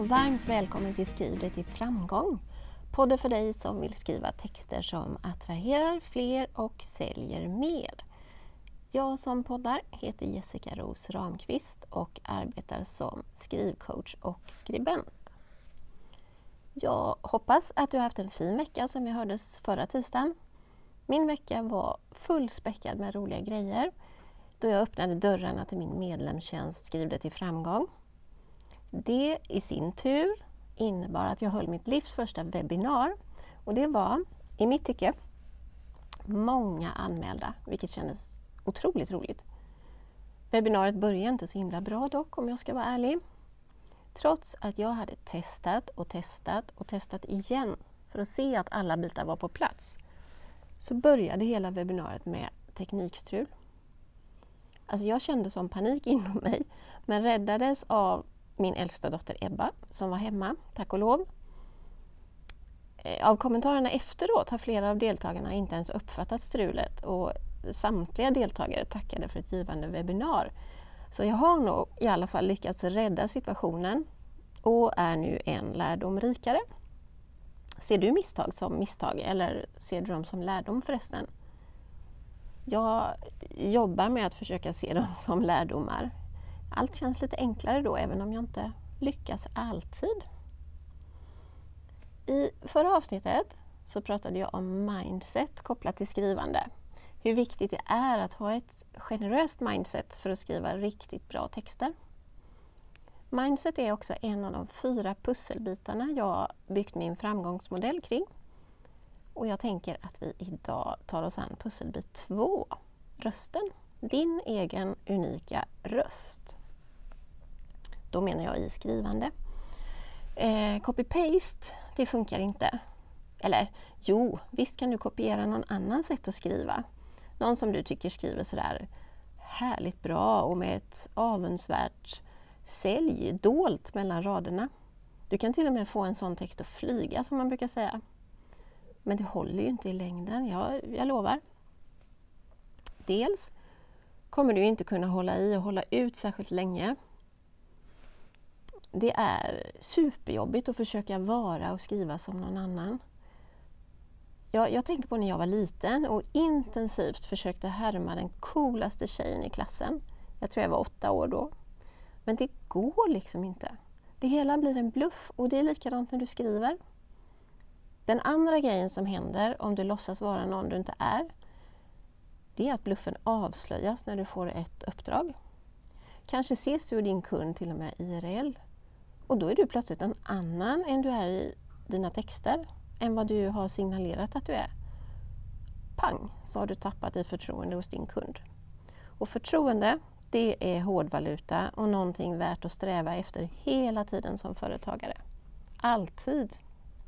och varmt välkommen till Skriv dig till framgång. Podden för dig som vill skriva texter som attraherar fler och säljer mer. Jag som poddar heter Jessica Ros Ramqvist och arbetar som skrivcoach och skribent. Jag hoppas att du har haft en fin vecka som vi hördes förra tisdagen. Min vecka var fullspäckad med roliga grejer då jag öppnade dörrarna till min medlemstjänst Skriv dig till framgång. Det i sin tur innebar att jag höll mitt livs första webbinar och det var, i mitt tycke, många anmälda, vilket kändes otroligt roligt. Webbinariet började inte så himla bra dock, om jag ska vara ärlig. Trots att jag hade testat igen för att se att alla bitar var på plats, så började hela webbinariet med teknikstrul. Alltså jag kände som panik inom mig, men räddades av min äldsta dotter Ebba som var hemma, tack och lov. Av kommentarerna efteråt har flera av deltagarna inte ens uppfattat strulet och samtliga deltagare tackade för ett givande webbinar. Så jag har nog i alla fall lyckats rädda situationen och är nu en lärdom rikare. Ser du misstag som misstag eller ser du dem som lärdom förresten? Jag jobbar med att försöka se dem som lärdomar. Allt känns lite enklare då, även om jag inte lyckas alltid. I förra avsnittet så pratade jag om mindset kopplat till skrivande. Hur viktigt det är att ha ett generöst mindset för att skriva riktigt bra texter. Mindset är också en av de 4 pusselbitarna jag byggt min framgångsmodell kring. Och jag tänker att vi idag tar oss an pusselbit 2, rösten. Din egen unika röst. Då menar jag i skrivande. Copy-paste, det funkar inte. Eller jo, visst kan du kopiera någon annan sätt att skriva. Någon som du tycker skriver sådär härligt bra och med ett avundsvärt sälj dolt mellan raderna. Du kan till och med få en sån text att flyga, som man brukar säga. Men det håller ju inte i längden, jag lovar. Dels kommer du inte kunna hålla i och hålla ut särskilt länge. Det är superjobbigt att försöka vara och skriva som någon annan. Jag tänker på när jag var liten och intensivt försökte härma den coolaste tjejen i klassen. Jag tror jag var 8 år då. Men det går liksom inte. Det hela blir en bluff och det är likadant när du skriver. Den andra grejen som händer om du låtsas vara någon du inte är, det är att bluffen avslöjas när du får ett uppdrag. Kanske ses du och din kund till och med IRL. Och då är du plötsligt en annan än du är i dina texter, än vad du har signalerat att du är. Pang, så har du tappat i förtroende hos din kund. Och förtroende, det är hårdvaluta och någonting värt att sträva efter hela tiden som företagare. Alltid.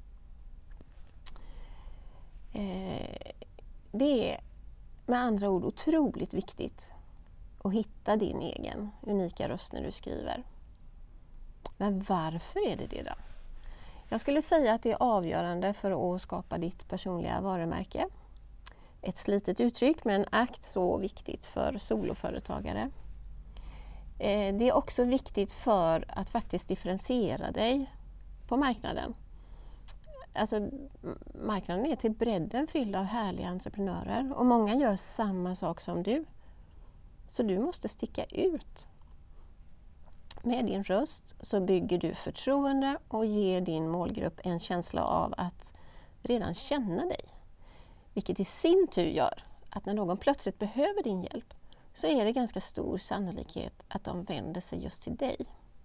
Det är med andra ord otroligt viktigt att hitta din egen unika röst när du skriver. Men varför är det då? Jag skulle säga att det är avgörande för att skapa ditt personliga varumärke. Ett slitet uttryck, men akt så viktigt för soloföretagare. Det är också viktigt för att faktiskt differentiera dig på marknaden. Alltså, marknaden är till bredden fylld av härliga entreprenörer och många gör samma sak som du. Så du måste sticka ut. Med din röst så bygger du förtroende och ger din målgrupp en känsla av att redan känna dig. Vilket i sin tur gör att när någon plötsligt behöver din hjälp så är det ganska stor sannolikhet att de vänder sig just till dig.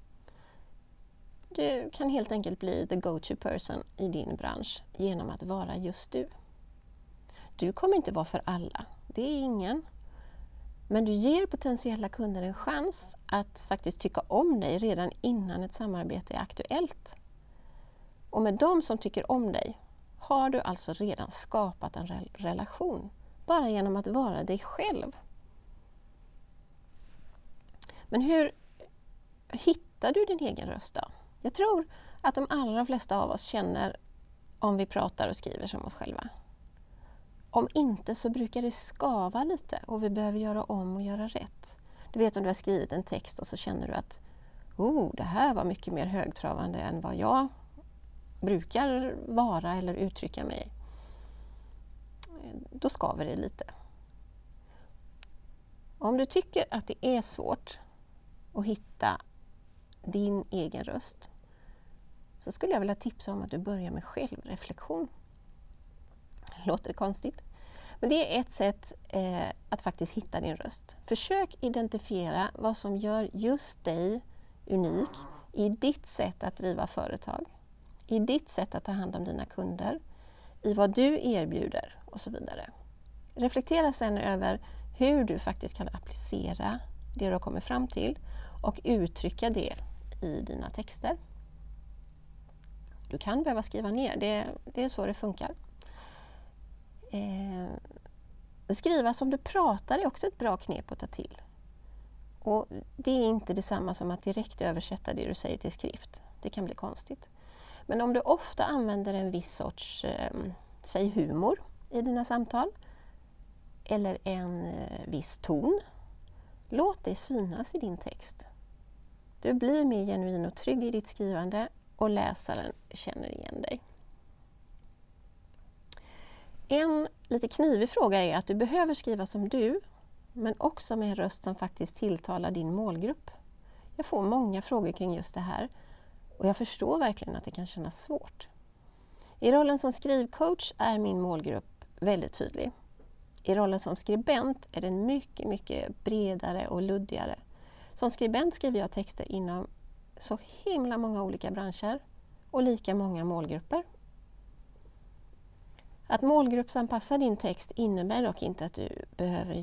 Du kan helt enkelt bli the go-to person i din bransch genom att vara just du. Du kommer inte vara för alla, det är ingen. Men du ger potentiella kunder en chans att faktiskt tycka om dig redan innan ett samarbete är aktuellt. Och med de som tycker om dig har du alltså redan skapat en relation. Bara genom att vara dig själv. Men hur hittar du din egen röst då? Jag tror att de allra flesta av oss känner om vi pratar och skriver som oss själva. Om inte så brukar det skava lite och vi behöver göra om och göra rätt. Du vet om du har skrivit en text och så känner du att Det här var mycket mer högtravande än vad jag brukar vara eller uttrycka mig. Då skaver det lite. Om du tycker att det är svårt att hitta din egen röst, så skulle jag vilja tipsa om att du börjar med självreflektion. Låter det konstigt? Men det är ett sätt att faktiskt hitta din röst. Försök identifiera vad som gör just dig unik i ditt sätt att driva företag, i ditt sätt att ta hand om dina kunder, i vad du erbjuder och så vidare. Reflektera sedan över hur du faktiskt kan applicera det du har kommit fram till och uttrycka det i dina texter. Du kan behöva skriva ner, det är så det funkar. Skriva som du pratar är också ett bra knep att ta till. Och det är inte detsamma som att direkt översätta det du säger till skrift. Det kan bli konstigt. Men om du ofta använder en viss sorts säg humor i dina samtal eller en viss ton, låt det synas i din text. Du blir mer genuin och trygg i ditt skrivande och läsaren känner igen dig. En lite knivig fråga är att du behöver skriva som du, men också med en röst som faktiskt tilltalar din målgrupp. Jag får många frågor kring just det här och jag förstår verkligen att det kan kännas svårt. I rollen som skrivcoach är min målgrupp väldigt tydlig. I rollen som skribent är den mycket, mycket bredare och luddigare. Som skribent skriver jag texter inom så himla många olika branscher och lika många målgrupper. Att målgruppsanpassa din text innebär dock inte att du behöver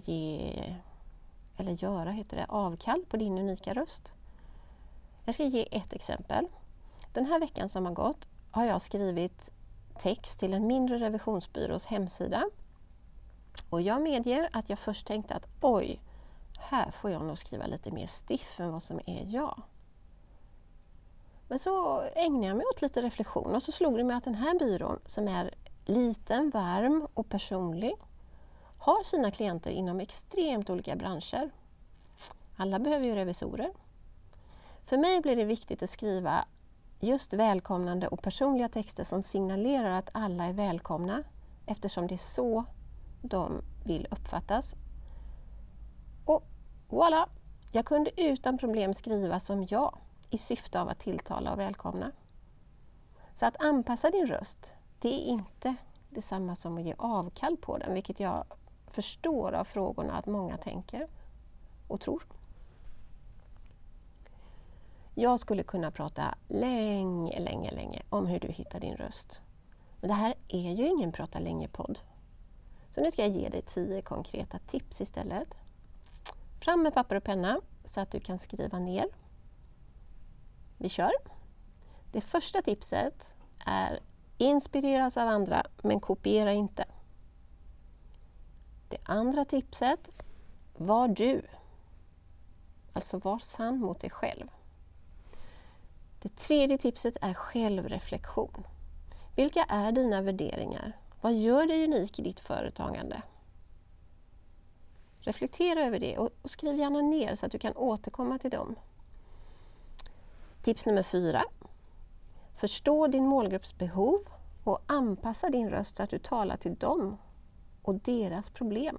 göra avkall på din unika röst. Jag ska ge ett exempel. Den här veckan som har gått har jag skrivit text till en mindre revisionsbyrås hemsida. Och jag medger att jag först tänkte att här får jag nog skriva lite mer stiff än vad som är jag. Men så ägnade jag mig åt lite reflektion och så slog det mig att den här byrån som är liten, varm och personlig har sina klienter inom extremt olika branscher. Alla behöver ju revisorer. För mig blir det viktigt att skriva just välkomnande och personliga texter som signalerar att alla är välkomna eftersom det är så de vill uppfattas. Och voilà! Jag kunde utan problem skriva som jag i syfte av att tilltala och välkomna. Så att anpassa din röst, det är inte detsamma som att ge avkall på den, vilket jag förstår av frågorna att många tänker och tror. Jag skulle kunna prata länge om hur du hittar din röst. Men det här är ju ingen prata länge-podd. Så nu ska jag ge dig 10 konkreta tips istället. Fram med papper och penna så att du kan skriva ner. Vi kör! Det första tipset är inspireras av andra men kopiera inte. Det andra tipset, var du. Alltså var sann mot dig själv. Det tredje tipset är självreflektion. Vilka är dina värderingar? Vad gör dig unik i ditt företagande? Reflektera över det och skriv gärna ner så att du kan återkomma till dem. Tips nummer 4. Förstå din målgrupps behov och anpassa din röst så att du talar till dem och deras problem.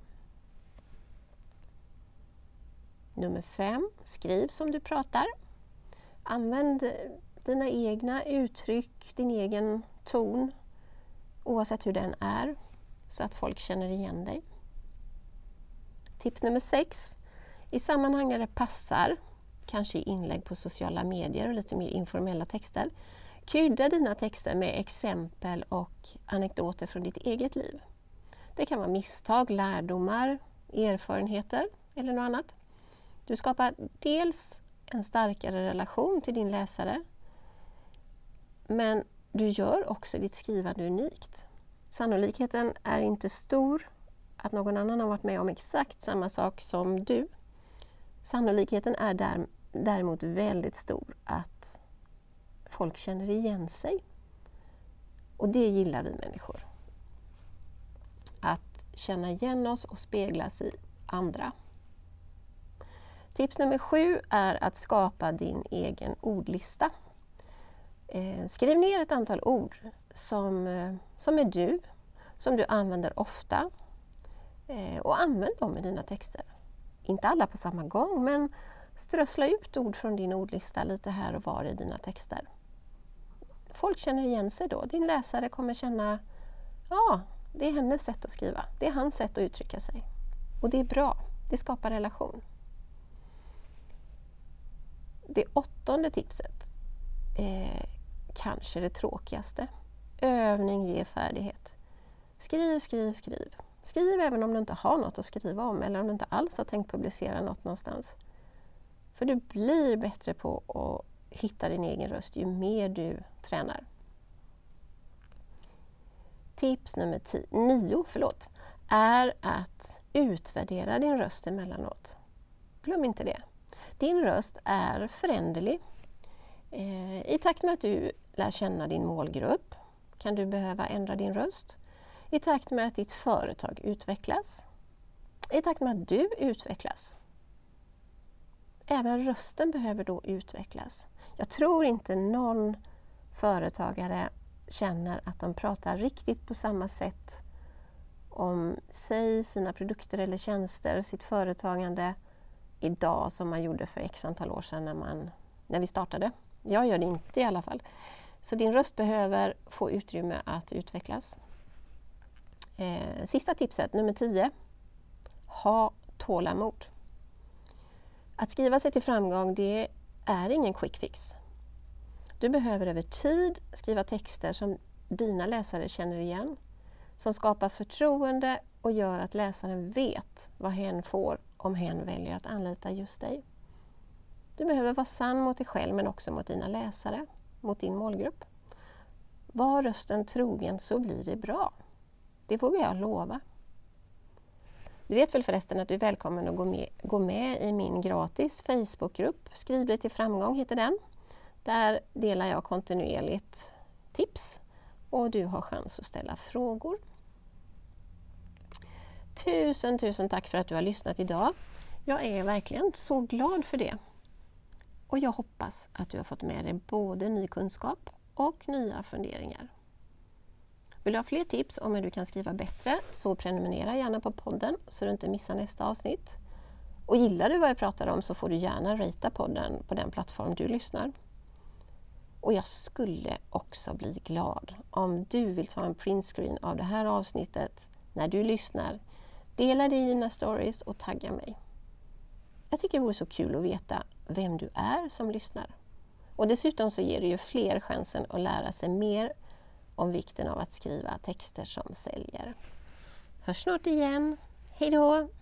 Nummer 5. Skriv som du pratar. Använd dina egna uttryck, din egen ton, oavsett hur den är, så att folk känner igen dig. Tips nummer 6. I sammanhang där det passar, kanske i inlägg på sociala medier och lite mer informella texter, krydda dina texter med exempel och anekdoter från ditt eget liv. Det kan vara misstag, lärdomar, erfarenheter eller något annat. Du skapar dels en starkare relation till din läsare, men du gör också ditt skrivande unikt. Sannolikheten är inte stor att någon annan har varit med om exakt samma sak som du. Sannolikheten är däremot väldigt stor att folk känner igen sig. Och det gillar vi människor. Att känna igen oss och speglas i andra. Tips nummer 7 är att skapa din egen ordlista. Skriv ner ett antal ord som är som du använder ofta och använd dem i dina texter. Inte alla på samma gång, men strössla ut ord från din ordlista lite här och var i dina texter. Folk känner igen sig då. Din läsare kommer känna, ja, det är hennes sätt att skriva. Det är hans sätt att uttrycka sig. Och det är bra. Det skapar relation. Det 8:e tipset är kanske det tråkigaste. Övning ger färdighet. Skriv. Skriv även om du inte har något att skriva om eller om du inte alls har tänkt publicera något någonstans. För du blir bättre på att hitta din egen röst ju mer du tränar. Tips nummer 9 är att utvärdera din röst emellanåt. Glöm inte det. Din röst är föränderlig. I takt med att du lär känna din målgrupp kan du behöva ändra din röst. I takt med att ditt företag utvecklas. I takt med att du utvecklas. Även rösten behöver då utvecklas. Jag tror inte någon företagare känner att de pratar riktigt på samma sätt om sig, sina produkter eller tjänster, sitt företagande idag som man gjorde för x antal år sedan när vi startade. Jag gör det inte i alla fall. Så din röst behöver få utrymme att utvecklas. Sista tipset, nummer 10. Ha tålamod. Att skriva sig till framgång, det är ingen quick fix. Du behöver över tid skriva texter som dina läsare känner igen, som skapar förtroende och gör att läsaren vet vad hen får om hen väljer att anlita just dig. Du behöver vara sann mot dig själv men också mot dina läsare, mot din målgrupp. Var rösten trogen så blir det bra. Det vågar jag lova. Du vet väl förresten att du är välkommen att gå med i min gratis Facebookgrupp. Skriv dig till framgång heter den. Där delar jag kontinuerligt tips och du har chans att ställa frågor. Tusen tack för att du har lyssnat idag. Jag är verkligen så glad för det. Och jag hoppas att du har fått med dig både ny kunskap och nya funderingar. Vill du ha fler tips om hur du kan skriva bättre så prenumerera gärna på podden så du inte missar nästa avsnitt. Och gillar du vad jag pratar om så får du gärna ratea podden på den plattform du lyssnar. Och jag skulle också bli glad om du vill ta en printscreen av det här avsnittet när du lyssnar. Dela det i dina stories och tagga mig. Jag tycker det vore så kul att veta vem du är som lyssnar. Och dessutom så ger det ju fler chansen att lära sig mer om vikten av att skriva texter som säljer. Hörs snart igen. Hej då!